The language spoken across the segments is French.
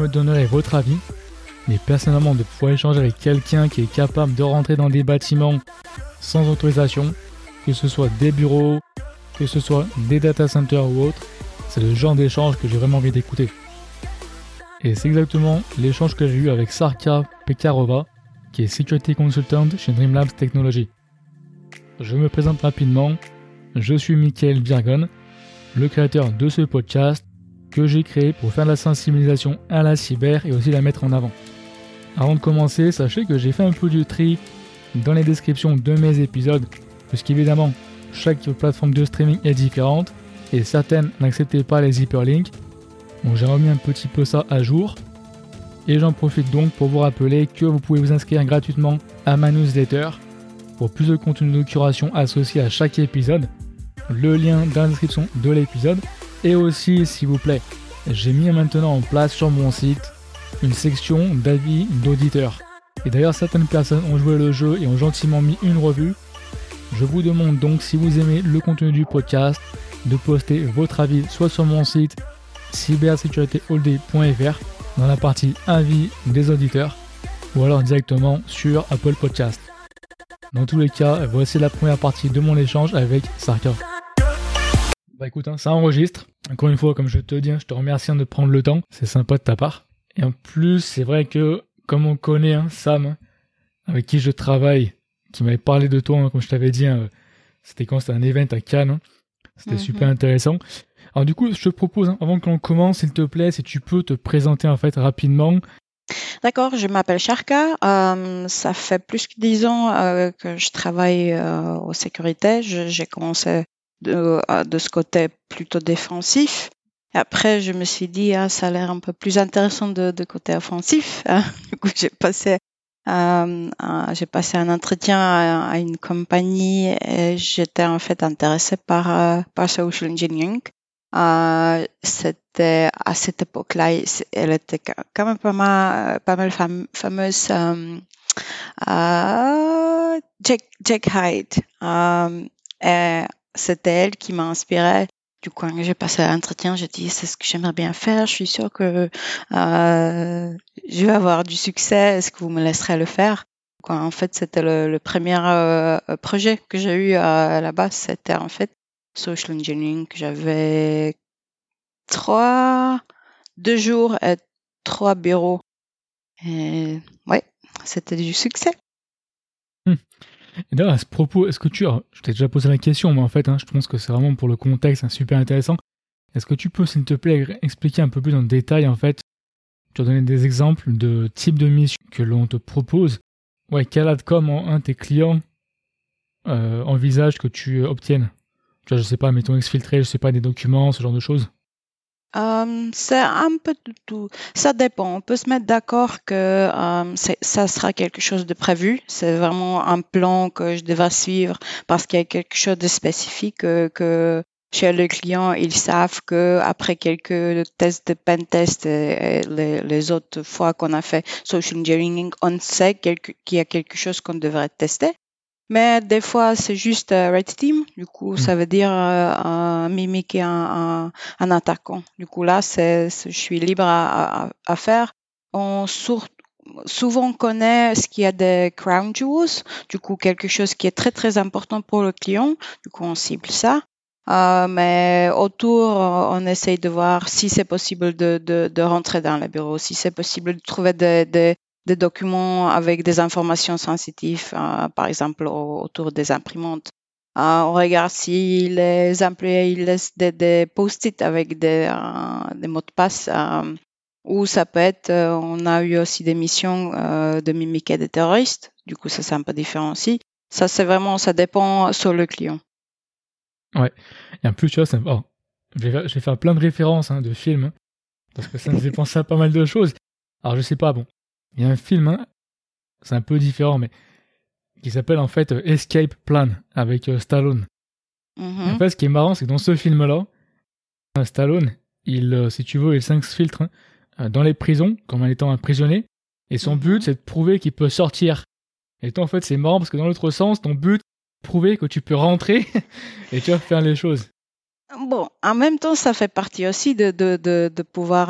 me donnerez votre avis. Mais personnellement, de pouvoir échanger avec quelqu'un qui est capable de rentrer dans des bâtiments sans autorisation, que ce soit des bureaux, que ce soit des data centers ou autres, c'est le genre d'échange que j'ai vraiment envie d'écouter. Et c'est exactement l'échange que j'ai eu avec Sarka Pekarova, qui est Security Consultant chez Dreamlabs Technology. Je me présente rapidement, je suis Michael Virgon, le créateur de ce podcast que j'ai créé pour faire de la sensibilisation à la cyber et aussi la mettre en avant. Avant de commencer, sachez que j'ai fait un peu du tri dans les descriptions de mes épisodes, puisqu'évidemment, chaque plateforme de streaming est différente et certaines n'acceptaient pas les hyperlinks. Donc j'ai remis un petit peu ça à jour. Et j'en profite donc pour vous rappeler que vous pouvez vous inscrire gratuitement à ma newsletter pour plus de contenu de curation associé à chaque épisode. Le lien dans la description de l'épisode. Et aussi, s'il vous plaît, j'ai mis maintenant en place sur mon site une section d'avis d'auditeurs. Et d'ailleurs, certaines personnes ont joué le jeu et ont gentiment mis une revue. Je vous demande donc, si vous aimez le contenu du podcast, de poster votre avis soit sur mon site cybersecurityallday.fr dans la partie avis des auditeurs ou alors directement sur Apple Podcast. Dans tous les cas, voici la première partie de mon échange avec Sarka. Bah écoute, ça enregistre. Encore une fois, comme je te dis, je te remercie de prendre le temps. C'est sympa de ta part. Et en plus, c'est vrai que, comme on connaît Sam, avec qui je travaille, qui m'avait parlé de toi, comme je t'avais dit, c'était quand c'était un event à Cannes. C'était super intéressant. Alors du coup, je te propose, avant qu'on commence, s'il te plaît, si tu peux te présenter en fait rapidement. D'accord, je m'appelle Sarka. Ça fait plus que 10 ans que je travaille aux sécurités. J'ai commencé de ce côté plutôt défensif. Et après, je me suis dit, ça a l'air un peu plus intéressant de côté offensif. Du coup, j'ai passé un entretien à une compagnie et j'étais en fait intéressée par social engineering. C'était à cette époque-là, elle était quand même pas mal fameuse. Jack Hyde. Et c'était elle qui m'a inspirée. Du coup, quand j'ai passé l'entretien, j'ai dit c'est ce que j'aimerais bien faire. Je suis sûre que je vais avoir du succès. Est-ce que vous me laisserez le faire? En fait, c'était le premier projet que j'ai eu là-bas. C'était en fait social engineering. J'avais 2 jours et 3 bureaux. Et ouais, c'était du succès. Et d'ailleurs, à ce propos, est-ce que je t'ai déjà posé la question, mais en fait, je pense que c'est vraiment pour le contexte super intéressant. Est-ce que tu peux, s'il te plaît, expliquer un peu plus dans le détail, en fait, tu as donné des exemples de types de missions que l'on te propose. Ouais, quel outcome un de tes clients envisage que tu obtiennes? Tu vois, je sais pas, mettons exfiltrer, je sais pas, des documents, ce genre de choses. C'est un peu de tout. Ça dépend. On peut se mettre d'accord que ça sera quelque chose de prévu. C'est vraiment un plan que je devrais suivre parce qu'il y a quelque chose de spécifique que chez le client, ils savent que après quelques tests de pen test et les autres fois qu'on a fait social engineering, on sait qu'il y a quelque chose qu'on devrait tester. Mais des fois, c'est juste red team. Du coup, ça veut dire mimiquer un attaquant. Du coup, là, je suis libre à faire. Souvent, on connaît ce qu'il y a des crown jewels. Du coup, quelque chose qui est très, très important pour le client. Du coup, on cible ça. Mais autour, on essaye de voir si c'est possible de rentrer dans le bureau, si c'est possible de trouver des documents avec des informations sensitives, par exemple autour des imprimantes. On regarde si les employés ils laissent des post-it avec des mots de passe. Ou ça peut être, on a eu aussi des missions de mimiquer des terroristes. Du coup, ça c'est un peu différent aussi. Ça ça dépend sur le client. Ouais. Et en plus, tu vois, je vais faire plein de références de films, parce que ça me fait penser à pas mal de choses. Alors, je sais pas, bon, il y a un film, c'est un peu différent, mais qui s'appelle en fait Escape Plan, avec Stallone. Et en fait, ce qui est marrant, c'est que dans ce film-là, Stallone, si tu veux, il s'infiltre dans les prisons, comme en étant un prisonnier, et son but, c'est de prouver qu'il peut sortir. Et toi, en fait, c'est marrant, parce que dans l'autre sens, ton but, prouver que tu peux rentrer et tu vas faire les choses. Bon, en même temps, ça fait partie aussi de pouvoir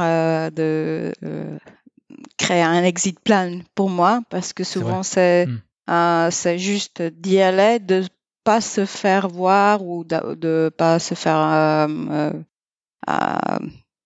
créer un exit plan pour moi, parce que C'est vrai. souvent c'est juste d'y aller, de pas se faire voir ou de pas se faire euh,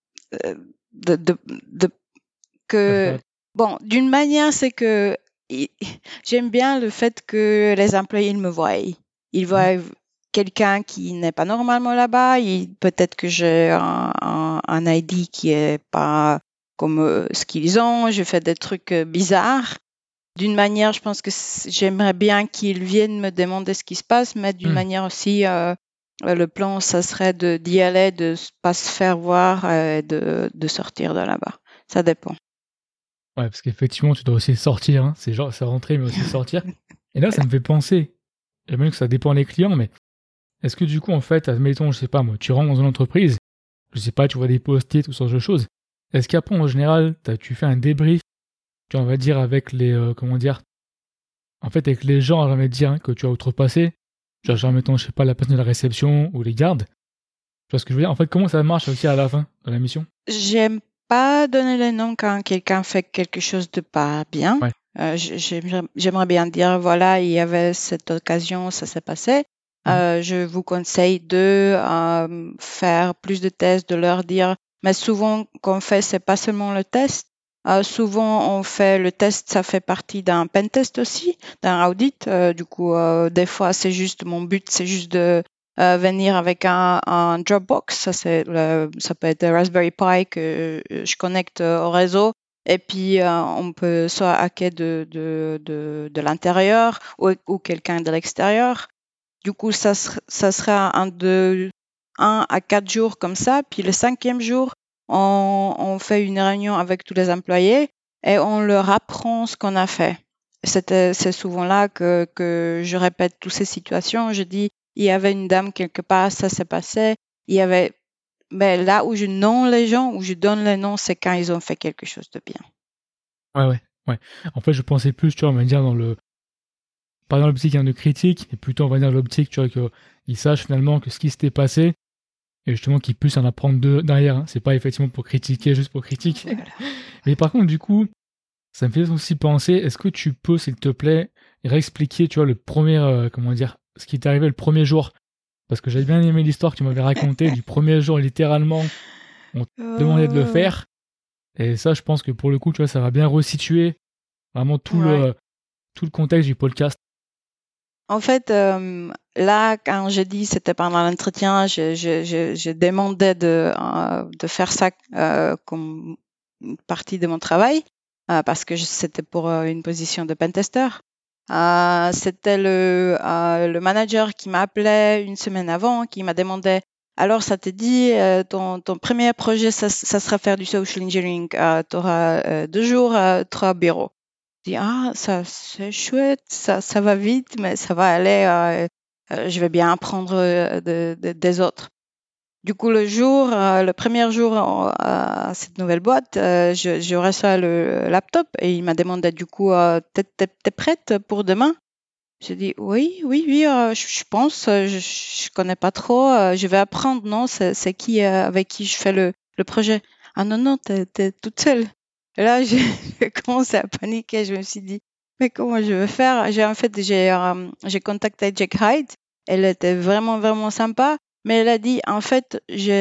de Ouais, c'est que pas... bon, d'une manière, c'est que i- j'aime bien le fait que les employés me voient. Ils Mhm. voient quelqu'un qui n'est pas normalement là-bas. Peut-être que j'ai un ID qui est pas comme ce qu'ils ont. Je fais des trucs bizarres. D'une manière, je pense que j'aimerais bien qu'ils viennent me demander ce qui se passe, mais d'une Hmm. manière aussi, le plan, ça serait d'y aller, de pas se faire voir, de sortir de là-bas. Ça dépend. Ouais, parce qu'effectivement, tu dois aussi sortir, hein. C'est genre, c'est rentrer, mais aussi sortir. Et là, ça me fait penser, et même que ça dépend des clients, mais est-ce que du coup, en fait, admettons, je sais pas moi, tu rentres dans une entreprise, je sais pas, tu vois des post-it ou ce genre de choses. Est-ce qu'après, en général, tu fais un débrief, tu vois, on va dire, avec les, comment dire, en fait, avec les gens, j'ai envie de dire, hein, que tu as outrepassé, genre, mettons, je sais pas, la personne de la réception ou les gardes. Tu vois ce que je veux dire? En fait, comment ça marche aussi à la fin de la mission? J'aime pas donner les noms quand quelqu'un fait quelque chose de pas bien. Ouais. J'aimerais bien dire, voilà, il y avait cette occasion, ça s'est passé. Mhm. Je vous conseille de faire plus de tests, de leur dire. Mais souvent, qu'on fait, c'est pas seulement le test. Souvent, on fait le test, ça fait partie d'un pen test aussi, d'un audit. Du coup, des fois, c'est juste mon but, c'est juste de venir avec un Dropbox. Ça peut être Raspberry Pi que je connecte au réseau. Et puis, on peut soit hacker de l'intérieur ou quelqu'un de l'extérieur. Du coup, ça sera un à 4 jours comme ça. Puis le 5e jour, on fait une réunion avec tous les employés et on leur apprend ce qu'on a fait. C'est souvent là que je répète toutes ces situations. Je dis, il y avait une dame quelque part, ça s'est passé. Il y avait, mais là où je nomme les gens, où je donne les noms, c'est quand ils ont fait quelque chose de bien. Ouais, ouais, ouais. En fait, je pensais plus, tu vois, on va dire, pas dans l'optique hein, de critique, mais plutôt, on va dire, l'optique, tu vois, qu'ils sachent finalement que ce qui s'était passé, et justement qu'ils puissent en apprendre derrière, hein. C'est pas effectivement pour critiquer, juste pour critique. Voilà. Mais par contre, du coup, ça me fait aussi penser, est-ce que tu peux, s'il te plaît, réexpliquer, tu vois, le premier, comment dire, ce qui t'est arrivé le premier jour? Parce que j'avais bien aimé l'histoire que tu m'avais racontée du premier jour, littéralement, on te demandait de le Euh, faire. Et ça, je pense que pour le coup, tu vois, ça va bien resituer vraiment ouais. tout le contexte du podcast. En fait, là, quand j'ai dit c'était pendant l'entretien, je demandais de faire ça comme une partie de mon travail parce que c'était pour une position de pentester. C'était le manager qui m'a appelé une semaine avant, qui m'a demandé, alors ça te dit, ton premier projet, ça sera faire du social engineering. Tu auras 2 jours, 3 bureaux. Je dis, ah, ça, c'est chouette, ça va vite, mais ça va aller, je vais bien apprendre des autres. Du coup, le premier jour à cette nouvelle boîte, je reçois le laptop et il m'a demandé du coup, t'es prête pour demain? J'ai dit, oui, oui, oui, je pense, je connais pas trop, je vais apprendre, non? C'est qui, avec qui je fais le projet? Ah non, non, t'es toute seule. Et là, j'ai j'ai commencé à paniquer. Je me suis dit, mais comment je vais faire? J'ai contacté Jack Hyde. Elle était vraiment, vraiment sympa. Mais elle a dit, en fait,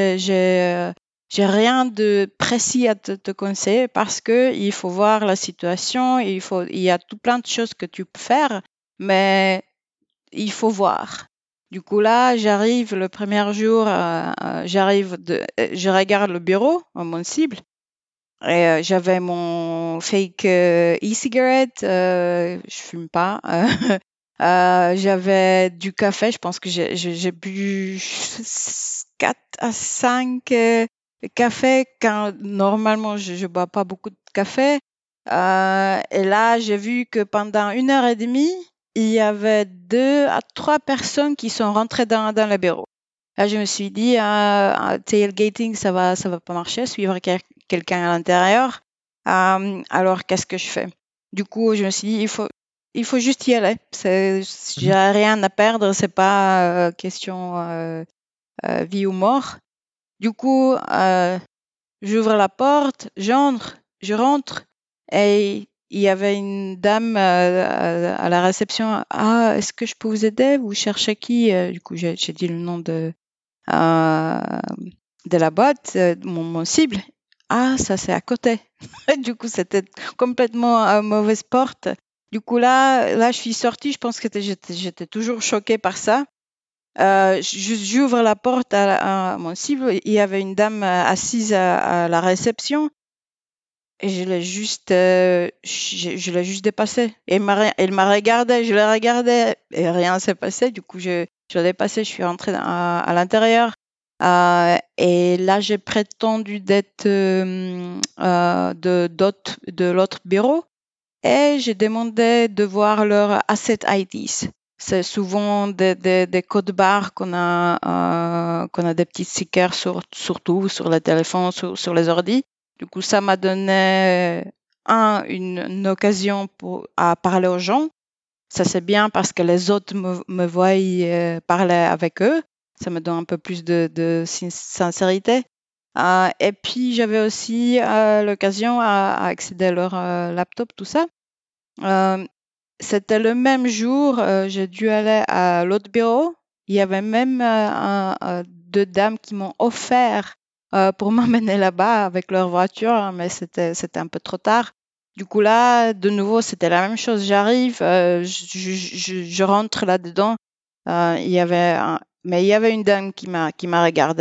j'ai rien de précis à te conseiller parce que il faut voir la situation. Il y a tout plein de choses que tu peux faire, mais il faut voir. Du coup, là, j'arrive le premier jour, je regarde le bureau, mon cible. Et j'avais mon fake e-cigarette, je fume pas. J'avais du café, je pense que j'ai bu 4 à 5 cafés quand normalement je bois pas beaucoup de café. Et là, j'ai vu que pendant 1 heure et demie, il y avait 2 à 3 personnes qui sont rentrées dans le bureau. Là, je me suis dit, tailgating, ça va pas marcher, suivre quelqu'un à l'intérieur. Alors, qu'est-ce que je fais? Du coup, je me suis dit, il faut juste y aller. J'ai Mhm. rien à perdre, c'est pas question. vie ou mort. Du coup, j'ouvre la porte, je rentre et il y avait une dame à la réception. Ah, est-ce que je peux vous aider? Vous cherchez qui? Du coup, j'ai dit le nom euh, de la boîte, mon cible. Ah, ça c'est à côté. Du coup, c'était complètement à mauvaise porte. Du coup, là, je suis sortie. Je pense que j'étais toujours choquée par ça. J'ouvre la porte à mon cible. Il y avait une dame assise à la réception et je l'ai juste dépassée. Et elle m'a regardé, je l'ai regardé et rien s'est passé. Du coup, je l'ai dépassée. Je suis rentrée à l'intérieur. Et là, j'ai prétendu d'être de l'autre bureau et j'ai demandé de voir leur asset IDs. C'est souvent des codes barres qu'on a des petits stickers surtout sur les téléphones, sur les ordis. Du coup, ça m'a donné une occasion à parler aux gens. Ça, c'est bien parce que les autres me voient parler avec eux. Ça me donne un peu plus de sincérité. Et puis, j'avais aussi l'occasion à accéder à leur laptop, tout ça. C'était le même jour, j'ai dû aller à l'autre bureau. Il y avait même deux dames qui m'ont offert pour m'emmener là-bas avec leur voiture, mais c'était un peu trop tard. Du coup, là, de nouveau, c'était la même chose. J'arrive, je rentre là-dedans. Mais il y avait une dame qui m'a regardé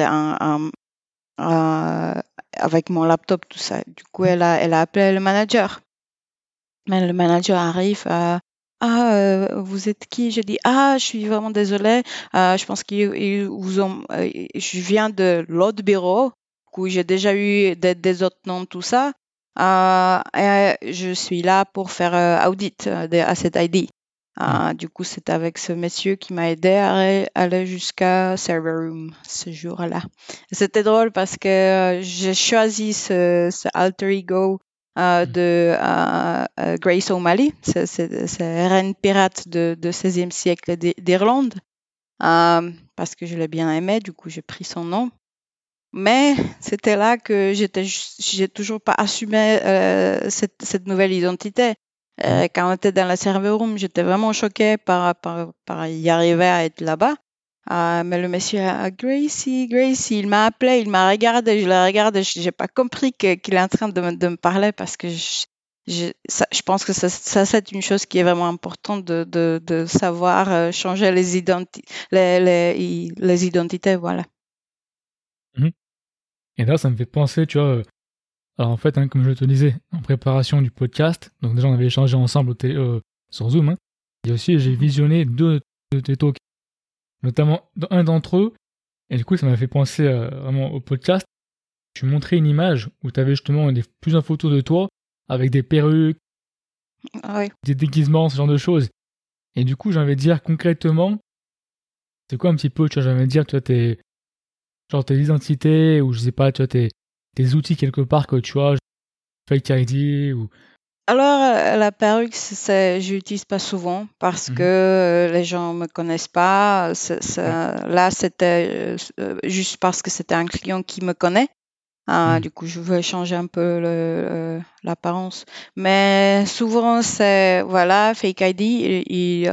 avec mon laptop, tout ça. Du coup, elle a appelé le manager. Mais le manager arrive. Vous êtes qui? J'ai dit, je suis vraiment désolée. Je pense qu'ils vous ont. Je viens de l'autre bureau où j'ai déjà eu des autres noms, tout ça. Et je suis là pour faire audit des asset ID. Du coup, c'est avec ce monsieur qui m'a aidé à aller jusqu'à Server Room ce jour-là. C'était drôle parce que j'ai choisi ce alter ego de Grace O'Malley. C'est reine pirate de 16e siècle d'Irlande. Parce que je l'ai bien aimé, du coup j'ai pris son nom. Mais c'était là que j'ai toujours pas assumé cette nouvelle identité. Quand on était dans la server room, j'étais vraiment choquée par y arriver à être là-bas. Mais le monsieur Gracie, il m'a appelé, il m'a regardé, je l'ai regardé, j'ai pas compris qu'il est en train de me parler parce que je pense que ça c'est une chose qui est vraiment importante de savoir changer les identités, voilà. Mhm. Et là, ça me fait penser, tu vois, alors en fait, comme je te disais, en préparation du podcast, donc déjà on avait échangé ensemble sur Zoom, et aussi j'ai visionné deux de tes talks, notamment un d'entre eux, et du coup ça m'a fait penser vraiment au podcast. Tu montrais une image où tu avais justement plusieurs photos de toi avec des perruques, Oui. des déguisements, ce genre de choses. Et du coup, j'ai envie de dire concrètement, c'est quoi un petit peu, tu vois, j'ai envie de dire, tu vois, tes identités, ou je sais pas, tu vois, tes outils quelque part que tu vois, Fake ID ou. Alors, la perruque, je l'utilise pas souvent parce que les gens me connaissent pas. Là, c'était juste parce que c'était un client qui me connaît. Du coup, je veux changer un peu l'apparence. Mais souvent, c'est, voilà, Fake ID.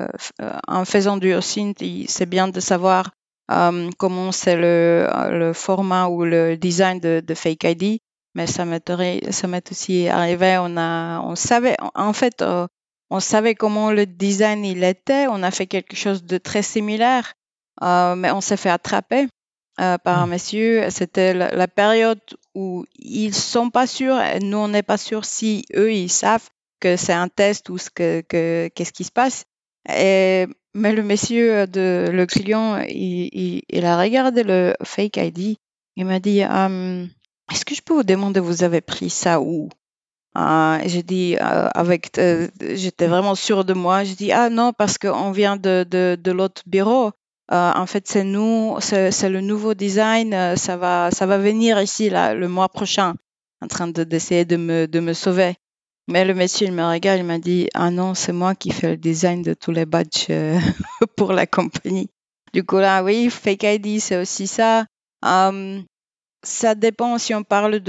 En faisant du OSINT, c'est bien de savoir comment c'est le format ou le design de Fake ID. Mais ça m'est aussi arrivé. On savait, en fait, on savait comment le design il était. On a fait quelque chose de très similaire, mais on s'est fait attraper par un monsieur. C'était la période où ils sont pas sûrs. Nous, on n'est pas sûr si eux ils savent que c'est un test ou qu'est-ce qui se passe. Mais le monsieur le client, il a regardé le fake ID. Il m'a dit, est-ce que je peux vous demander, vous avez pris ça où? J'ai dit, j'étais vraiment sûre de moi. J'ai dit, non, parce qu'on vient de l'autre bureau. En fait, c'est le nouveau design. Ça va venir ici là, le mois prochain, en train d'essayer de me sauver. Mais le monsieur, il me regarde, il m'a dit, non, c'est moi qui fais le design de tous les badges pour la compagnie. Du coup, là, oui, Fake ID, c'est aussi ça. Ça dépend si on parle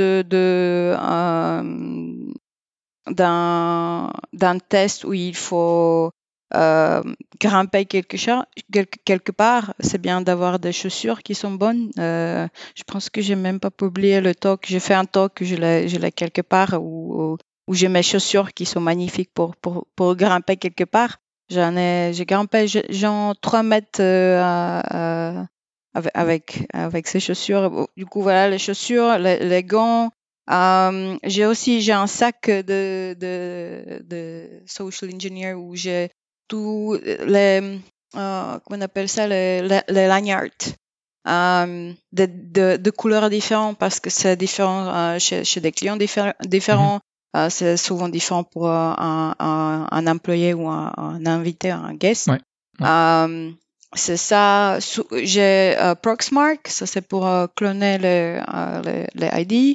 d'un test où il faut grimper quelque part. C'est bien d'avoir des chaussures qui sont bonnes. Je pense que j'ai même pas publié le talk. J'ai fait un talk, je l'ai quelque part où j'ai mes chaussures qui sont magnifiques pour grimper quelque part. J'ai grimpé genre 3 mètres avec ces chaussures. Du coup, voilà, les chaussures, les gants. J'ai un sac de social engineer où j'ai tous les, comment on appelle ça, les lanyards de couleurs différentes parce que c'est différent chez des clients différents. C'est souvent différent pour un employé ou un invité, un guest. Ouais. C'est ça. J'ai Proxmark, ça c'est pour cloner les ID.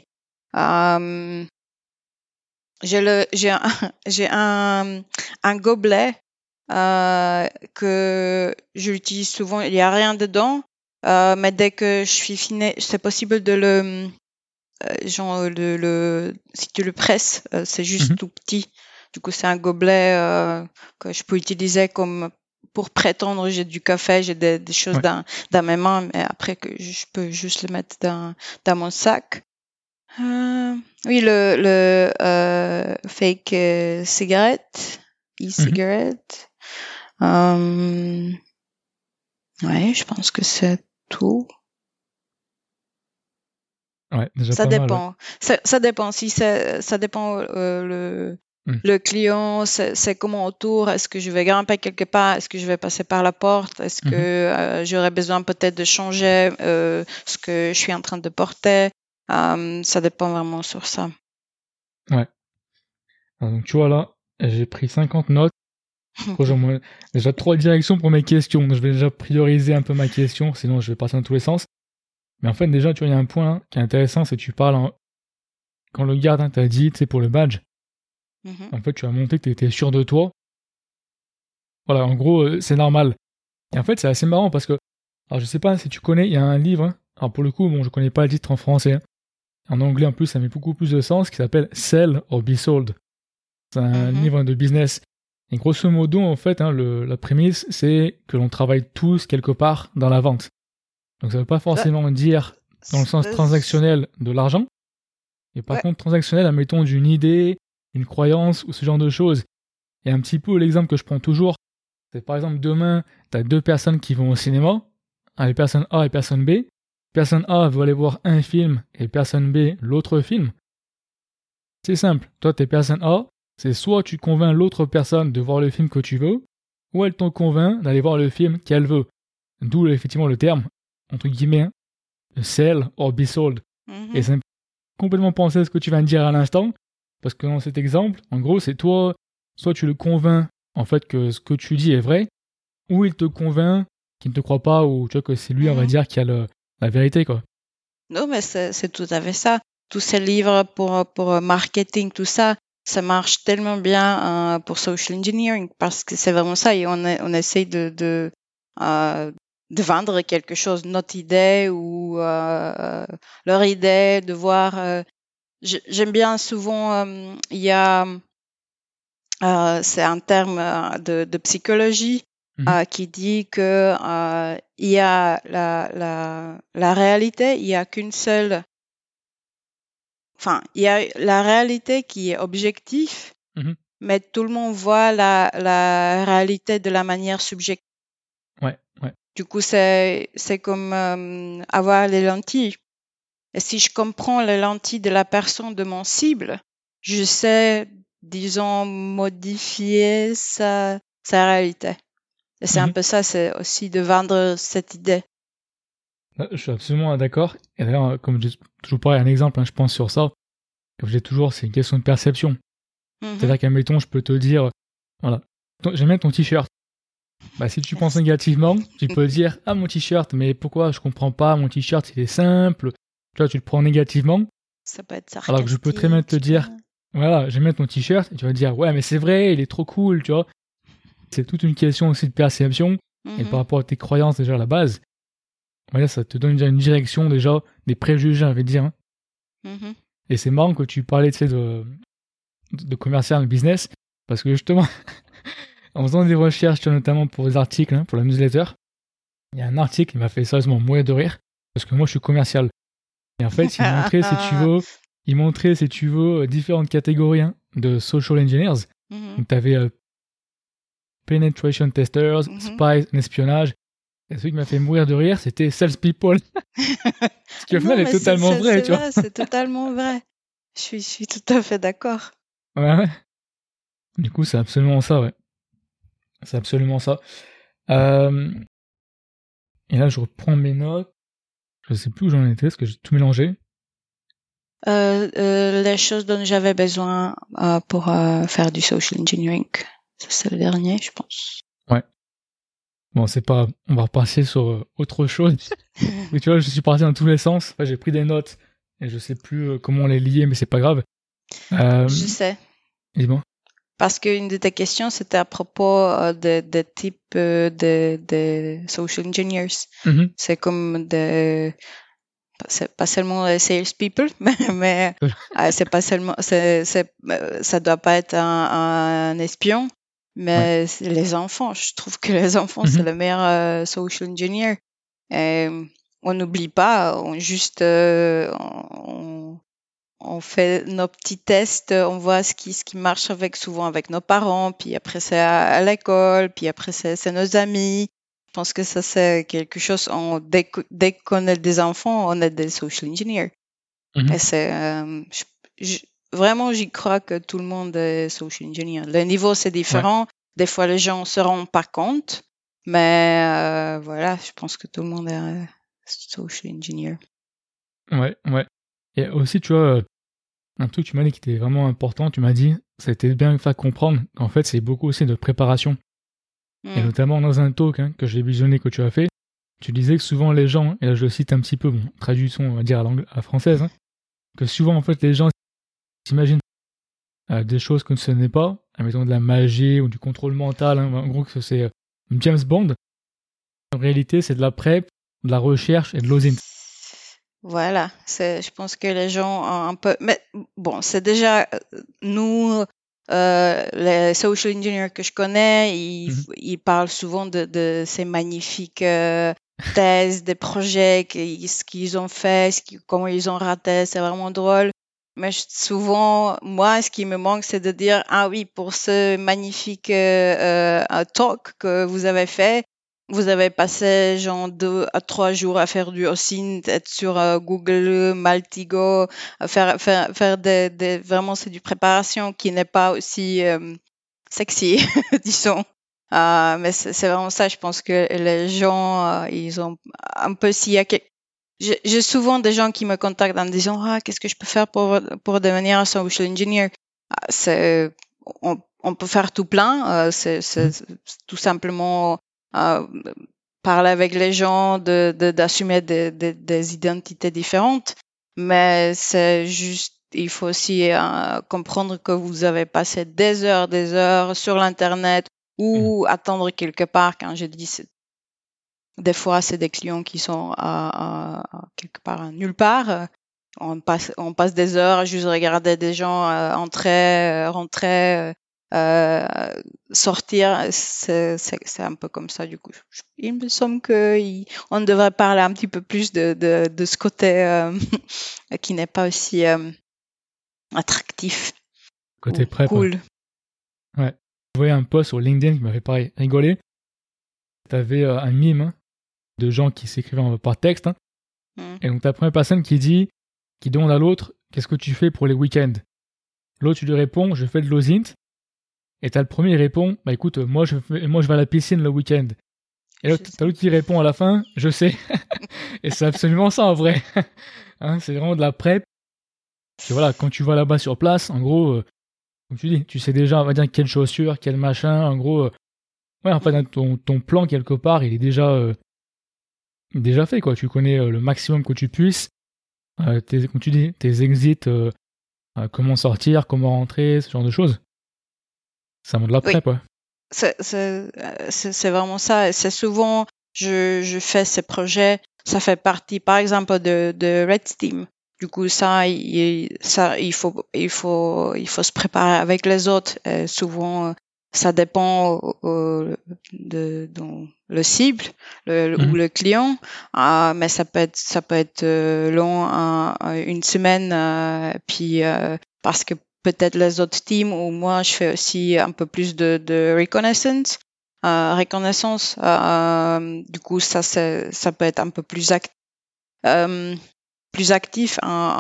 J'ai un gobelet que j'utilise souvent. Il n'y a rien dedans, mais dès que je suis finie, c'est possible de si tu le presses, c'est juste tout petit. Du coup, c'est un gobelet que je peux utiliser comme pour prétendre j'ai du café, j'ai des choses dans mes mains, mais après que je peux juste le mettre dans mon sac. Oui, le fake cigarette, e-cigarette. Ouais, je pense que c'est tout. Ouais, déjà ça pas dépend. mal, ouais. Ça dépend. Ça dépend le client, c'est comment autour. Est-ce que je vais grimper quelque part? Est-ce que je vais passer par la porte? Est-ce que j'aurais besoin peut-être de changer ce que je suis en train de porter? Ça dépend vraiment sur ça. Ouais. Donc tu vois là, j'ai pris 50 notes. J'ai déjà 3 directions pour mes questions. Donc je vais déjà prioriser un peu ma question, sinon je vais partir dans tous les sens. Mais en fait, déjà, tu vois, il y a un point qui est intéressant, c'est que tu parles quand le garde t'a dit, tu sais, pour le badge, en fait, tu as montré que tu étais sûr de toi. Voilà, en gros, c'est normal. Et en fait, c'est assez marrant parce que, alors je sais pas si tu connais, il y a un livre, alors pour le coup, bon, je connais pas le titre en français. En anglais, en plus, ça met beaucoup plus de sens, qui s'appelle Sell or Be Sold. C'est un livre de business. Et grosso modo, en fait, la prémisse, c'est que l'on travaille tous quelque part dans la vente. Donc ça veut pas forcément dire dans le sens transactionnel de l'argent, et par contre transactionnel, admettons, d'une idée, une croyance ou ce genre de choses. Et un petit peu l'exemple que je prends toujours, c'est par exemple demain, tu as 2 personnes qui vont au cinéma, les personnes A et personne B. Personne A veut aller voir un film et personne B l'autre film. C'est simple, toi t'es personne A, c'est soit tu convaincs l'autre personne de voir le film que tu veux, ou elle t'en convainc d'aller voir le film qu'elle veut. D'où effectivement le terme, entre guillemets, sell or be sold. Et c'est complètement pensé à ce que tu viens de dire à l'instant, parce que dans cet exemple, en gros, c'est toi, soit tu le convaincs en fait que ce que tu dis est vrai, ou il te convainc qu'il ne te croit pas, ou tu vois que c'est lui, on va dire, qui a la vérité, quoi. Non, mais c'est tout à fait ça. Tous ces livres pour marketing, tout ça, ça marche tellement bien pour social engineering parce que c'est vraiment ça et on essaye de vendre quelque chose, notre idée ou leur idée, de voir. J'aime bien souvent, il y a, c'est un terme de psychologie qui dit que il y a la réalité, il y a qu'une seule. Enfin, il y a la réalité qui est objective, mais tout le monde voit la réalité de la manière subjective. Ouais. Du coup, c'est comme avoir les lentilles. Et si je comprends les lentilles de la personne, de mon cible, je sais, disons, modifier sa réalité. Et c'est un peu ça, c'est aussi de vendre cette idée. Je suis absolument d'accord. Et d'ailleurs, comme j'ai toujours parlé un exemple, je pense sur ça, comme je dis toujours, c'est une question de perception. C'est-à-dire qu'admettons, je peux te dire, voilà, j'aime bien ton t-shirt. Bah, si tu penses négativement, tu peux dire, ah, mon t-shirt, mais pourquoi je comprends pas, mon t-shirt, il est simple. Tu vois, tu le prends négativement. Ça peut être sarcastique. Alors que je peux très bien te dire, voilà, j'aime bien ton t-shirt, et tu vas dire, ouais, mais c'est vrai, il est trop cool, tu vois. C'est toute une question aussi de perception. Et par rapport à tes croyances déjà à la base, on va dire, ça te donne déjà une direction, déjà, des préjugés, on va dire. Et c'est marrant que tu parlais de commercial et business, parce que justement, en faisant des recherches, notamment pour des articles, pour la newsletter, il y a un article qui m'a fait sérieusement mourir de rire, parce que moi je suis commercial. Et en fait, il montrait, si tu veux, différentes catégories de social engineers. Donc tu avais penetration testers, spies, espionnage. Et celui qui m'a fait mourir de rire, c'était salespeople. Ce qui au final est totalement vrai, tu vois. C'est totalement vrai. Je suis tout à fait d'accord. Ouais. Du coup, c'est absolument ça, ouais. C'est absolument ça. Et là, je reprends mes notes. Je sais plus où j'en étais, parce que j'ai tout mélangé. Les choses dont j'avais besoin pour faire du social engineering. Ça, c'est le dernier, je pense. Ouais. Bon, c'est pas... On va repasser sur autre chose. Mais tu vois, je suis parti dans tous les sens. Enfin, j'ai pris des notes et je sais plus comment les lier, mais c'est pas grave. Je sais. Dis-moi. Parce qu'une de tes questions, c'était à propos des types de social engineers. C'est comme c'est pas seulement les salespeople, mais c'est pas seulement, ça doit pas être un espion, mais les enfants. Je trouve que les enfants, c'est le meilleur social engineer. Et on n'oublie pas, on fait nos petits tests, on voit ce qui marche souvent avec nos parents, puis après c'est à l'école, puis après c'est nos amis. Je pense que ça c'est quelque chose, dès qu'on est des enfants, on est des social engineers. Et c'est, vraiment j'y crois que tout le monde est social engineer. Le niveau c'est différent, des fois les gens se rendent pas compte, mais voilà, je pense que tout le monde est social engineer. Ouais. Et aussi, tu vois, un truc que tu m'as dit qui était vraiment important, tu m'as dit, ça a été bien de faire comprendre qu'en fait, c'est beaucoup aussi de préparation. Et notamment dans un talk que j'ai visionné, que tu as fait, tu disais que souvent les gens, et là je le cite un petit peu, traduction, on va dire, à la française, que souvent, en fait, les gens s'imaginent des choses que ce n'est pas, admettons de la magie ou du contrôle mental, en gros, que c'est James Bond. En réalité, c'est de la prep, de la recherche et de l'OSINT. Voilà, je pense que les gens ont un peu... Mais bon, c'est déjà... Nous, les social engineers que je connais, ils parlent souvent de ces magnifiques thèses, des projets, ce qu'ils ont fait, comment ils ont raté, c'est vraiment drôle. Mais souvent, moi, ce qui me manque, c'est de dire, ah oui, pour ce magnifique talk que vous avez fait, vous avez passé genre 2 à 3 jours à faire du OSINT, être sur Google, Maltigo, faire vraiment c'est du préparation qui n'est pas aussi sexy, disons. Mais c'est vraiment ça, je pense que les gens, ils ont un peu j'ai souvent des gens qui me contactent en me disant qu'est-ce que je peux faire pour devenir un social engineer. On peut faire tout plein, c'est tout simplement parler avec les gens, d'assumer des identités différentes, mais c'est juste, il faut aussi comprendre que vous avez passé des heures sur l'internet ou attendre quelque part. Quand je dis, des fois c'est des clients qui sont à quelque part nulle part. On passe des heures à juste regarder des gens entrer, rentrer, sortir. C'est un peu comme ça du coup. Il me semble qu'on devrait parler un petit peu plus de ce côté qui n'est pas aussi attractif. Côté prep. Cool. Ouais. Je voyais un post sur LinkedIn qui m'avait pareil rigolé. T'avais un mime de gens qui s'écrivaient par texte. Et donc t'as la première personne qui demande à l'autre, qu'est-ce que tu fais pour les week-ends? L'autre, tu lui réponds, je fais de l'OSINT. Et t'as le premier, il répond, bah écoute, moi je vais à la piscine le week-end. Et là, t'as l'autre qui répond à la fin, je sais. Et c'est absolument ça en vrai. C'est vraiment de la prep. Puis voilà, quand tu vas là-bas sur place, en gros, comme tu dis, tu sais déjà, on va dire, quelle chaussure, quel machin, en gros. Ouais, en fait, ton plan quelque part, il est déjà fait, quoi. Tu connais le maximum que tu puisses. Comme tu dis, tes exits, comment sortir, comment rentrer, ce genre de choses. Ça montre de la prep, ouais. C'est vraiment ça. C'est souvent, je fais ces projets, ça fait partie, par exemple, de Red Team. Du coup, il faut se préparer avec les autres. Souvent, ça dépend dont le cible ou le client. Mais ça peut être long, une semaine, puis parce que peut-être les autres teams ou moi, je fais aussi un peu plus de reconnaissance. Du coup, ça peut être un peu plus actif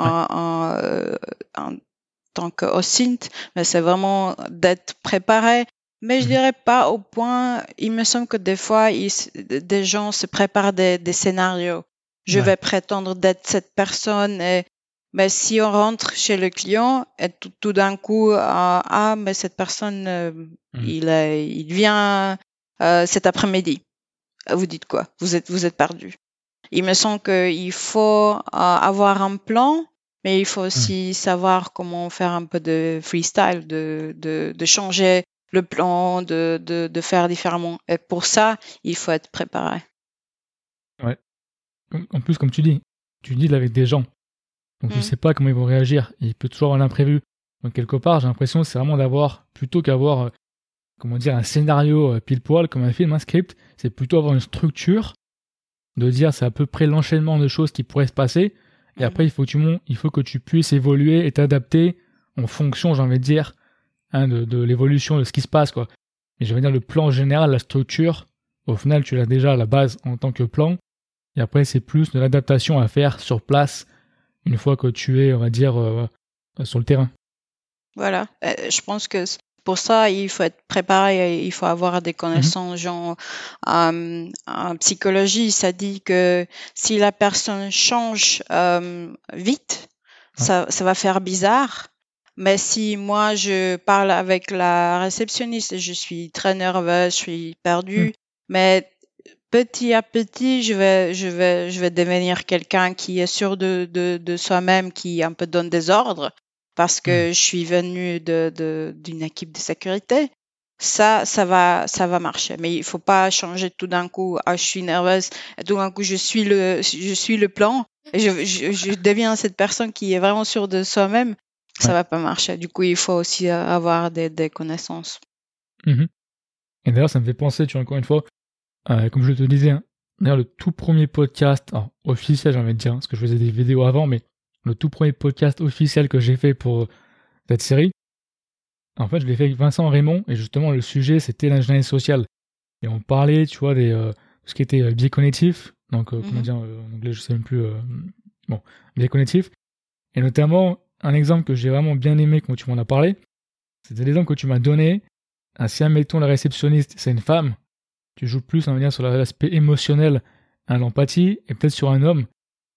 en tant qu'OSINT, mais c'est vraiment d'être préparé. Mais je dirais pas au point, il me semble que des fois, des gens se préparent des scénarios. Je vais prétendre d'être cette personne, mais si on rentre chez le client et tout d'un coup, mais cette personne, il vient cet après-midi. Vous dites quoi? Vous êtes perdu. Il me semble qu'il faut avoir un plan, mais il faut aussi savoir comment faire un peu de freestyle, de changer le plan, de faire différemment. Et pour ça, il faut être préparé. Ouais. En plus, comme tu deals avec des gens. Donc tu sais pas comment ils vont réagir. Il peut toujours avoir l'imprévu. Donc quelque part, j'ai l'impression que c'est vraiment d'avoir, plutôt qu'avoir, un scénario pile poil, comme un film, un script, c'est plutôt avoir une structure, de dire c'est à peu près l'enchaînement de choses qui pourraient se passer. Et après, il faut que tu puisses évoluer et t'adapter en fonction, j'ai envie de dire, de l'évolution de ce qui se passe, quoi. Et je veux dire, le plan général, la structure, au final, tu l'as déjà à la base en tant que plan. Et après, c'est plus de l'adaptation à faire sur place, une fois que tu es, on va dire, sur le terrain. Voilà. Je pense que pour ça, il faut être préparé, il faut avoir des connaissances, genre, en psychologie, ça dit que si la personne change vite, ça va faire bizarre. Mais si moi, je parle avec la réceptionniste et je suis très nerveuse, je suis perdue, mais petit à petit, je vais devenir quelqu'un qui est sûr de soi-même, qui un peu donne des ordres parce que je suis venue d'une équipe de sécurité. Ça va marcher. Mais il faut pas changer tout d'un coup. Ah, je suis nerveuse. Et tout d'un coup, je suis le plan. Et je deviens cette personne qui est vraiment sûre de soi-même. Ça va pas marcher. Du coup, il faut aussi avoir des connaissances. Et d'ailleurs, ça me fait penser, tu vois, encore une fois, comme je te disais, d'ailleurs, le tout premier podcast, officiel, j'ai envie de dire, parce que je faisais des vidéos avant, mais le tout premier podcast officiel que j'ai fait pour cette série, en fait, je l'ai fait avec Vincent Raymond, et justement, le sujet, c'était l'ingénierie sociale. Et on parlait, tu vois, de ce qui était biais cognitif, donc, comment dire, en anglais, je sais même plus, biais cognitif. Et notamment, un exemple que j'ai vraiment bien aimé quand tu m'en as parlé, c'était l'exemple que tu m'as donné. Si, admettons, la réceptionniste, c'est une femme, tu joues plus, on va dire, sur l'aspect émotionnel, l'empathie, et peut-être sur un homme,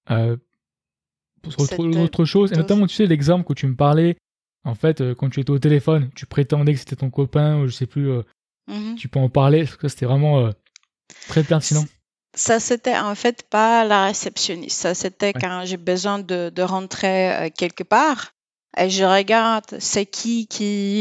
sur autre chose. Et notamment, tu sais, l'exemple que tu me parlais, en fait, quand tu étais au téléphone, tu prétendais que c'était ton copain, ou je sais plus, tu peux en parler, parce que c'était vraiment très pertinent. Ça, c'était en fait pas la réceptionniste. Ça, c'était quand j'ai besoin de rentrer quelque part. Et je regarde c'est qui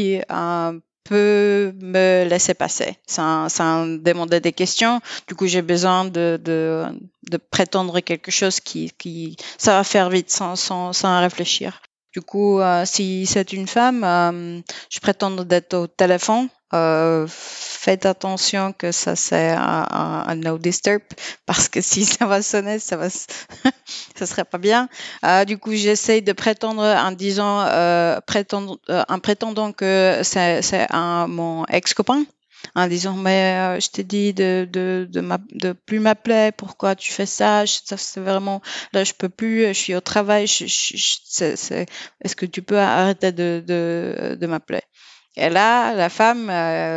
peut me laisser passer sans demander des questions. Du coup, j'ai besoin de prétendre quelque chose ça va faire vite sans réfléchir. Du coup, si c'est une femme, je prétends d'être au téléphone. Faites attention que ça c'est un no disturb parce que si ça va sonner, ça serait pas bien. Du coup, j'essaye de prétendre en disant, en prétendant que c'est mon ex-copain, en disant mais je t'ai dit de plus m'appeler, pourquoi tu fais ça? Ça c'est vraiment là je peux plus, je suis au travail, est-ce que tu peux arrêter de m'appeler? Et là, la femme,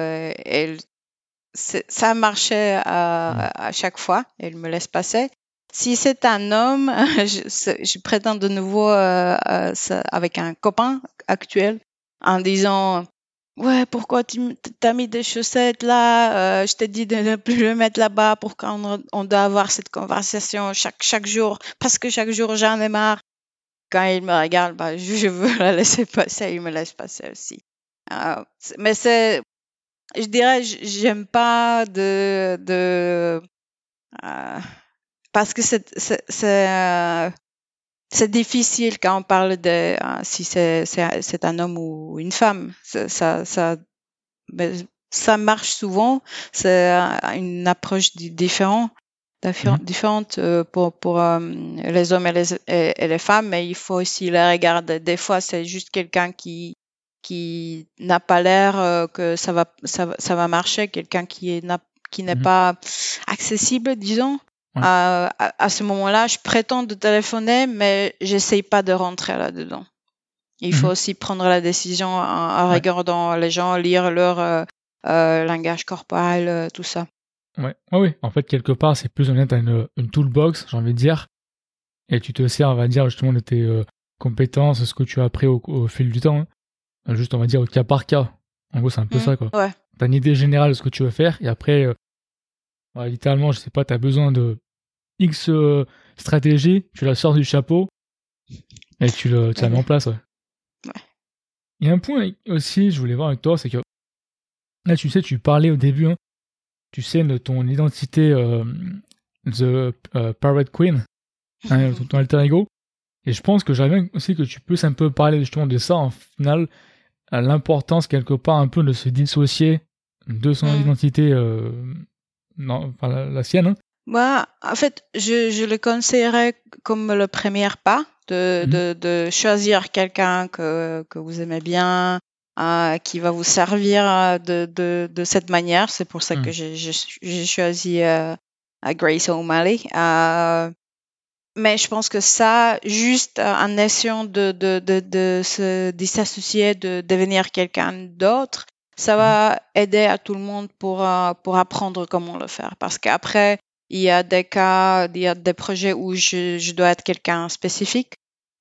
ça marchait à chaque fois. Elle me laisse passer. Si c'est un homme, je prétends de nouveau avec un copain actuel en disant ouais, pourquoi tu t'as mis des chaussettes là? Je t'ai dit de ne plus le mettre là-bas pour qu'on doit avoir cette conversation chaque jour parce que chaque jour j'en ai marre. Quand il me regarde, je veux la laisser passer, il me laisse passer aussi. Mais Je dirais, j'aime pas parce que c'est difficile quand on parle de si c'est un homme ou une femme. Ça marche souvent. C'est une approche différente pour les hommes et les femmes, mais il faut aussi les regarder. Des fois, c'est juste quelqu'un qui n'a pas l'air que ça va marcher, quelqu'un qui n'est pas accessible, disons. Ouais. À ce moment-là, je prétends de téléphoner, mais j'essaye pas de rentrer là-dedans. Il faut aussi prendre la décision en regardant les gens, lire leur langage corporel, tout ça. Ouais, oui. En fait, quelque part, c'est plus honnête à une toolbox, j'ai envie de dire. Et tu te sers, on va dire, justement, de tes compétences, ce que tu as appris au fil du temps. Juste, on va dire, au cas par cas. En gros, c'est un peu ça, quoi. Ouais. T'as une idée générale de ce que tu veux faire, et après, littéralement, je sais pas, t'as besoin de X stratégie, tu la sors du chapeau, et tu la mets en place, ouais. Il y a un point aussi, je voulais voir avec toi, c'est que là, tu sais, tu parlais au début, hein, tu sais, de ton identité The Pirate Queen, hein, ton alter ego. Et je pense que j'aimerais bien aussi que tu puisses un peu parler justement de ça, en final, à l'importance quelque part un peu de se dissocier de son identité, la sienne. Hein. Moi, en fait, je le conseillerais comme le premier pas de choisir quelqu'un que vous aimez bien, qui va vous servir de cette manière. C'est pour ça que j'ai choisi Grace O'Malley. Mais je pense que ça, juste en essayant de se dissocier, de devenir quelqu'un d'autre, ça va aider à tout le monde pour apprendre comment le faire. Parce qu'après, il y a des cas, il y a des projets où je dois être quelqu'un spécifique,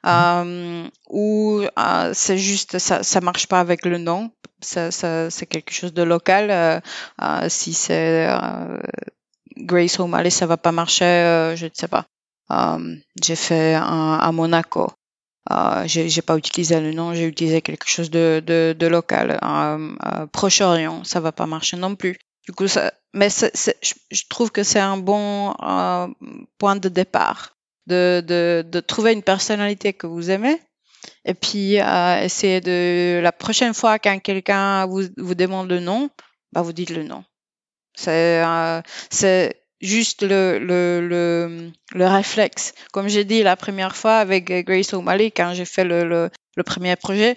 où c'est juste, ça marche pas avec le nom. C'est quelque chose de local. Si c'est Grace O'Malley, ça va pas marcher, je ne sais pas. J'ai fait à Monaco. J'ai pas utilisé le nom, j'ai utilisé quelque chose de local. Proche-Orient, ça va pas marcher non plus. Du coup, je trouve que c'est un bon point de départ de trouver une personnalité que vous aimez. Et puis, essayer la prochaine fois quand quelqu'un vous demande le nom, bah, vous dites le nom. C'est juste le réflexe. Comme j'ai dit la première fois avec Grace O'Malley, quand j'ai fait le premier projet,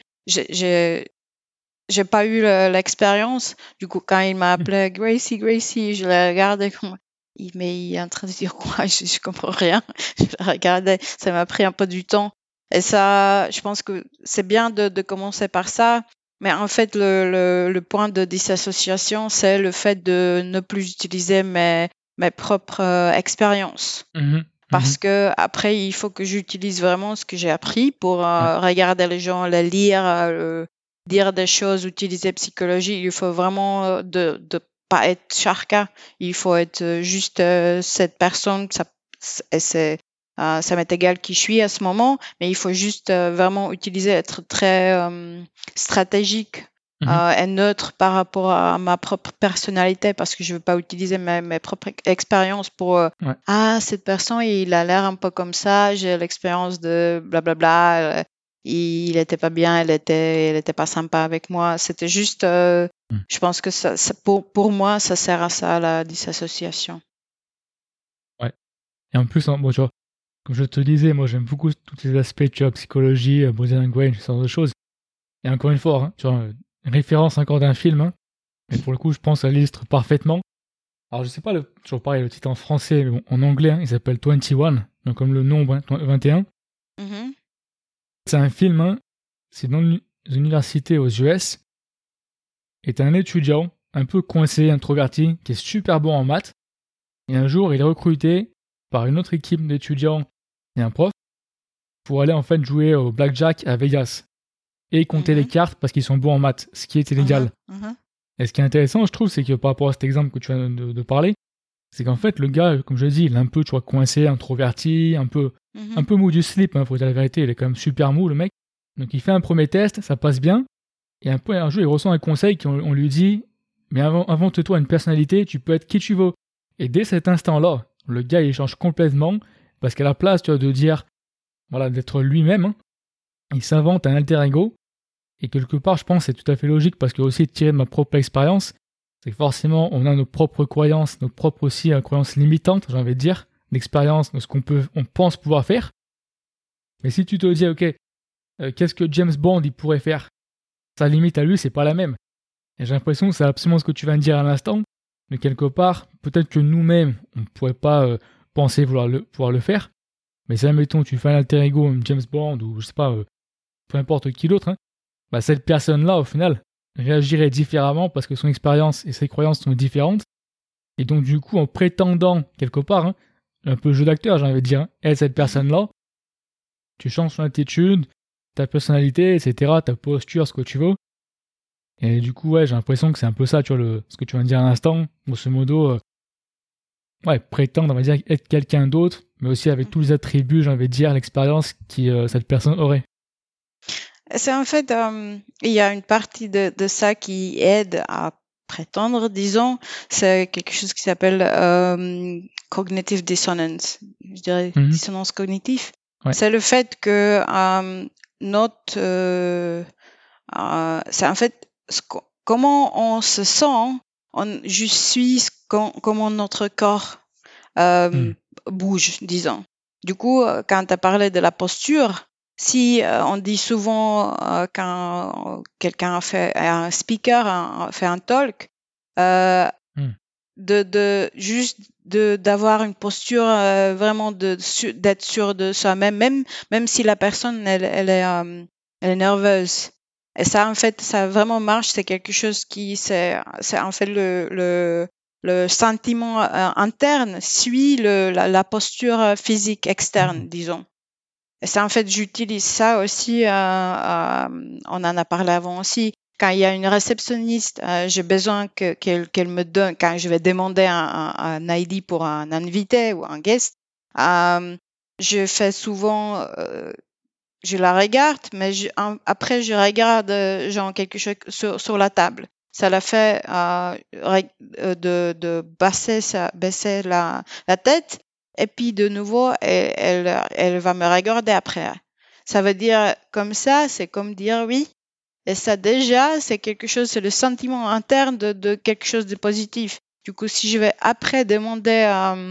j'ai pas eu l'expérience. Du coup, quand il m'a appelé Gracie, je l'ai regardé comme mais il est en train de dire quoi? Je comprends rien. Je l'ai regardé. Ça m'a pris un peu du temps. Et ça, je pense que c'est bien de commencer par ça. Mais en fait, le point de disassociation, c'est le fait de ne plus utiliser mes propres expériences. Parce que après, il faut que j'utilise vraiment ce que j'ai appris pour regarder les gens, les lire, dire des choses, utiliser psychologie. Il faut vraiment de pas être Sharka. Il faut être juste cette personne. Ça m'est égal qui je suis à ce moment, mais il faut juste vraiment être très stratégique et neutre par rapport à ma propre personnalité, parce que je veux pas utiliser mes propres expériences pour cette personne, il a l'air un peu comme ça, j'ai l'expérience de blablabla, il était pas bien, elle était pas sympa avec moi. C'était juste, je pense que ça pour moi, ça sert à ça, la disassociation. Ouais. Et en plus, bon, tu vois, comme je te disais, moi j'aime beaucoup tous ces aspects, tu vois, psychologie, body language, ce genre de choses. Et encore une fois, hein, tu vois, une référence encore d'un film, hein, mais pour le coup, je pense qu'elle illustre parfaitement. Alors, je sais pas, toujours pareil, le titre en français, mais bon, en anglais, hein, il s'appelle 21, donc comme le nombre, hein, 21. C'est un film, hein, c'est dans une université aux US, et t'as un étudiant un peu coincé, introverti, qui est super bon en maths, et un jour, il est recruté par une autre équipe d'étudiants et un prof pour aller en fait jouer au blackjack à Vegas et compter les cartes parce qu'ils sont bons en maths, ce qui est illégal. Et ce qui est intéressant, je trouve, c'est que par rapport à cet exemple que tu viens de parler, c'est qu'en fait, le gars, comme je l'ai dit, il est un peu, tu vois, coincé, introverti, un peu mou du slip, hein, faut dire la vérité, il est quand même super mou, le mec. Donc il fait un premier test, ça passe bien, et un jour, il ressent un conseil qu'on lui dit, Mais avant que toi, une personnalité, tu peux être qui tu veux. Et dès cet instant-là, le gars, il change complètement parce qu'à la place, tu vois, de dire, voilà, d'être lui-même, hein, il s'invente un alter ego. Et quelque part, je pense que c'est tout à fait logique parce que aussi tiré de ma propre expérience, c'est que forcément, on a nos propres croyances, nos propres aussi croyances limitantes, j'ai envie de dire, d'expérience, de ce on pense pouvoir faire. Mais si tu te dis, ok, qu'est-ce que James Bond il pourrait faire? Sa limite à lui, c'est pas la même. Et j'ai l'impression que c'est absolument ce que tu viens de dire à l'instant, mais quelque part, peut-être que nous-mêmes, on ne pourrait pas penser pouvoir le faire. Mais si, admettons, tu fais un alter ego, un James Bond, ou je sais pas, peu importe qui d'autre, hein, bah, cette personne-là, au final, réagirait différemment parce que son expérience et ses croyances sont différentes. Et donc, du coup, en prétendant, quelque part, hein, un peu jeu d'acteur, j'ai envie de dire, hein, être cette personne-là, tu changes ton attitude, ta personnalité, etc., ta posture, ce que tu veux. Et du coup, ouais, j'ai l'impression que c'est un peu ça, tu vois, ce que tu viens de dire à l'instant, grosso modo, ouais, prétendre, on va dire, être quelqu'un d'autre, mais aussi avec tous les attributs, j'ai envie de dire, l'expérience que cette personne aurait. C'est en fait, il y a une partie de ça qui aide à prétendre, disons, c'est quelque chose qui s'appelle cognitive dissonance, je dirais dissonance cognitive. Ouais. C'est le fait que c'est en fait comment on se sent, je suis comment notre corps bouge, disons. Du coup, quand tu as parlé de la posture, si on dit souvent quand quelqu'un fait un speaker, fait un talk, juste d'avoir une posture vraiment d'être sûr de soi-même, même si la personne elle est nerveuse. Et ça, en fait, ça vraiment marche. C'est quelque chose c'est en fait le sentiment interne suit la posture physique externe, disons. Et ça, en fait, j'utilise ça aussi. On en a parlé avant aussi. Quand il y a une réceptionniste, j'ai besoin qu'elle me donne, quand je vais demander un ID pour un invité ou un guest, je fais souvent, je la regarde, mais après je regarde genre quelque chose sur la table. Ça la fait de baisser la tête et puis de nouveau elle va me regarder après. Ça veut dire comme ça, c'est comme dire oui. Et ça déjà, c'est quelque chose, c'est le sentiment interne de quelque chose de positif. Du coup, si je vais après demander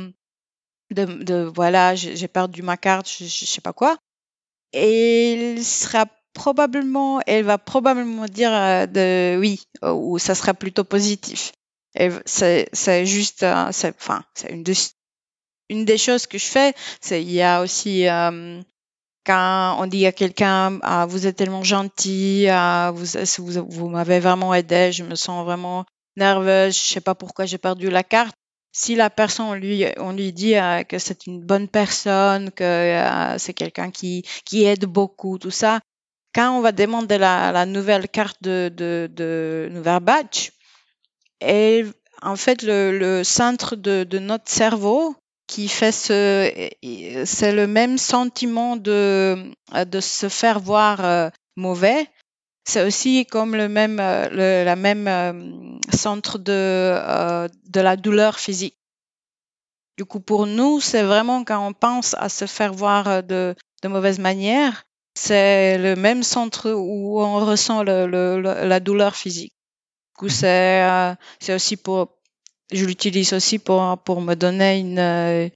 voilà, j'ai perdu ma carte, je sais pas quoi, et elle va probablement dire de oui, ou ça sera plutôt positif. Et c'est juste, c'est une des choses que je fais. Il y a aussi quand on dit à quelqu'un vous êtes tellement gentil, vous m'avez vraiment aidé, je me sens vraiment nerveuse, je sais pas pourquoi j'ai perdu la carte. Si la personne on lui dit que c'est une bonne personne, que c'est quelqu'un qui aide beaucoup, tout ça, quand on va demander la nouvelle carte de nouvelle badge, et en fait le centre de notre cerveau qui fait c'est le même sentiment de se faire voir mauvais. C'est aussi comme la même centre de la douleur physique. Du coup, pour nous, c'est vraiment quand on pense à se faire voir de mauvaise manière, c'est le même centre où on ressent la douleur physique. Du coup, c'est aussi je l'utilise aussi pour me donner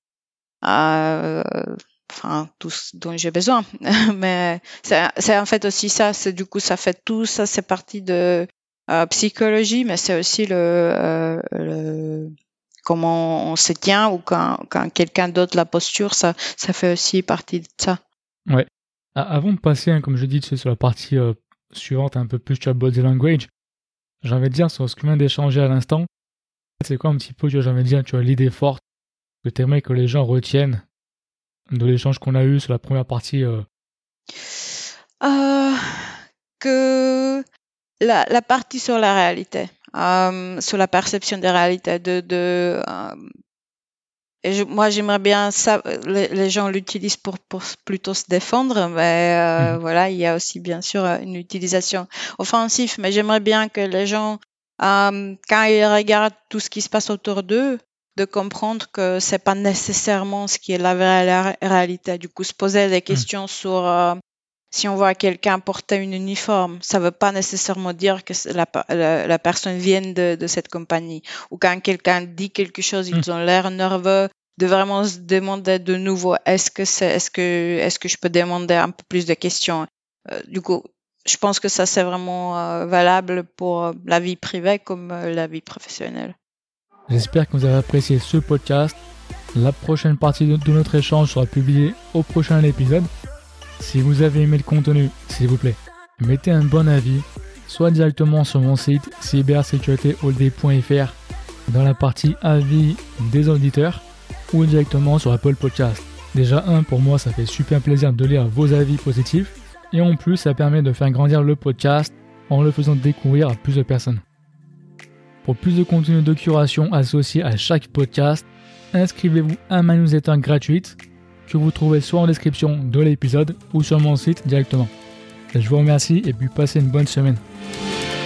tout ce dont j'ai besoin. Mais c'est en fait aussi ça. Du coup, ça fait tout ça. C'est partie de psychologie, mais c'est aussi comment on se tient ou quand quelqu'un d'autre la posture, ça fait aussi partie de ça. Ouais. Avant de passer, comme je dis, sur la partie suivante, un peu plus sur body language, j'ai envie de dire sur ce que vient d'échanger à l'instant, c'est quoi un petit peu, j'ai envie de dire, tu vois, l'idée forte que tu aimerais que les gens retiennent de l'échange qu'on a eu sur la première partie Que la partie sur la réalité, sur la perception des réalités, moi j'aimerais bien ça, les gens l'utilisent pour plutôt se défendre, mais voilà, il y a aussi bien sûr une utilisation offensive, mais j'aimerais bien que les gens quand ils regardent tout ce qui se passe autour d'eux, de comprendre que c'est pas nécessairement ce qui est la vraie réalité. Du coup, se poser des questions sur si on voit quelqu'un porter une uniforme, ça veut pas nécessairement dire que la personne vienne de cette compagnie. Ou quand quelqu'un dit quelque chose, ils ont l'air nerveux, de vraiment se demander de nouveau, est-ce que je peux demander un peu plus de questions? Du coup, je pense que ça, c'est vraiment valable pour la vie privée comme la vie professionnelle. J'espère que vous avez apprécié ce podcast. La prochaine partie de notre échange sera publiée au prochain épisode. Si vous avez aimé le contenu, s'il vous plaît, mettez un bon avis, soit directement sur mon site cybersécuritéholday.fr dans la partie avis des auditeurs, ou directement sur Apple Podcast. Déjà pour moi, ça fait super plaisir de lire vos avis positifs, et en plus, ça permet de faire grandir le podcast en le faisant découvrir à plus de personnes. Pour plus de contenu de curation associé à chaque podcast, inscrivez-vous à ma newsletter gratuite que vous trouvez soit en description de l'épisode ou sur mon site directement. Je vous remercie et puis passez une bonne semaine.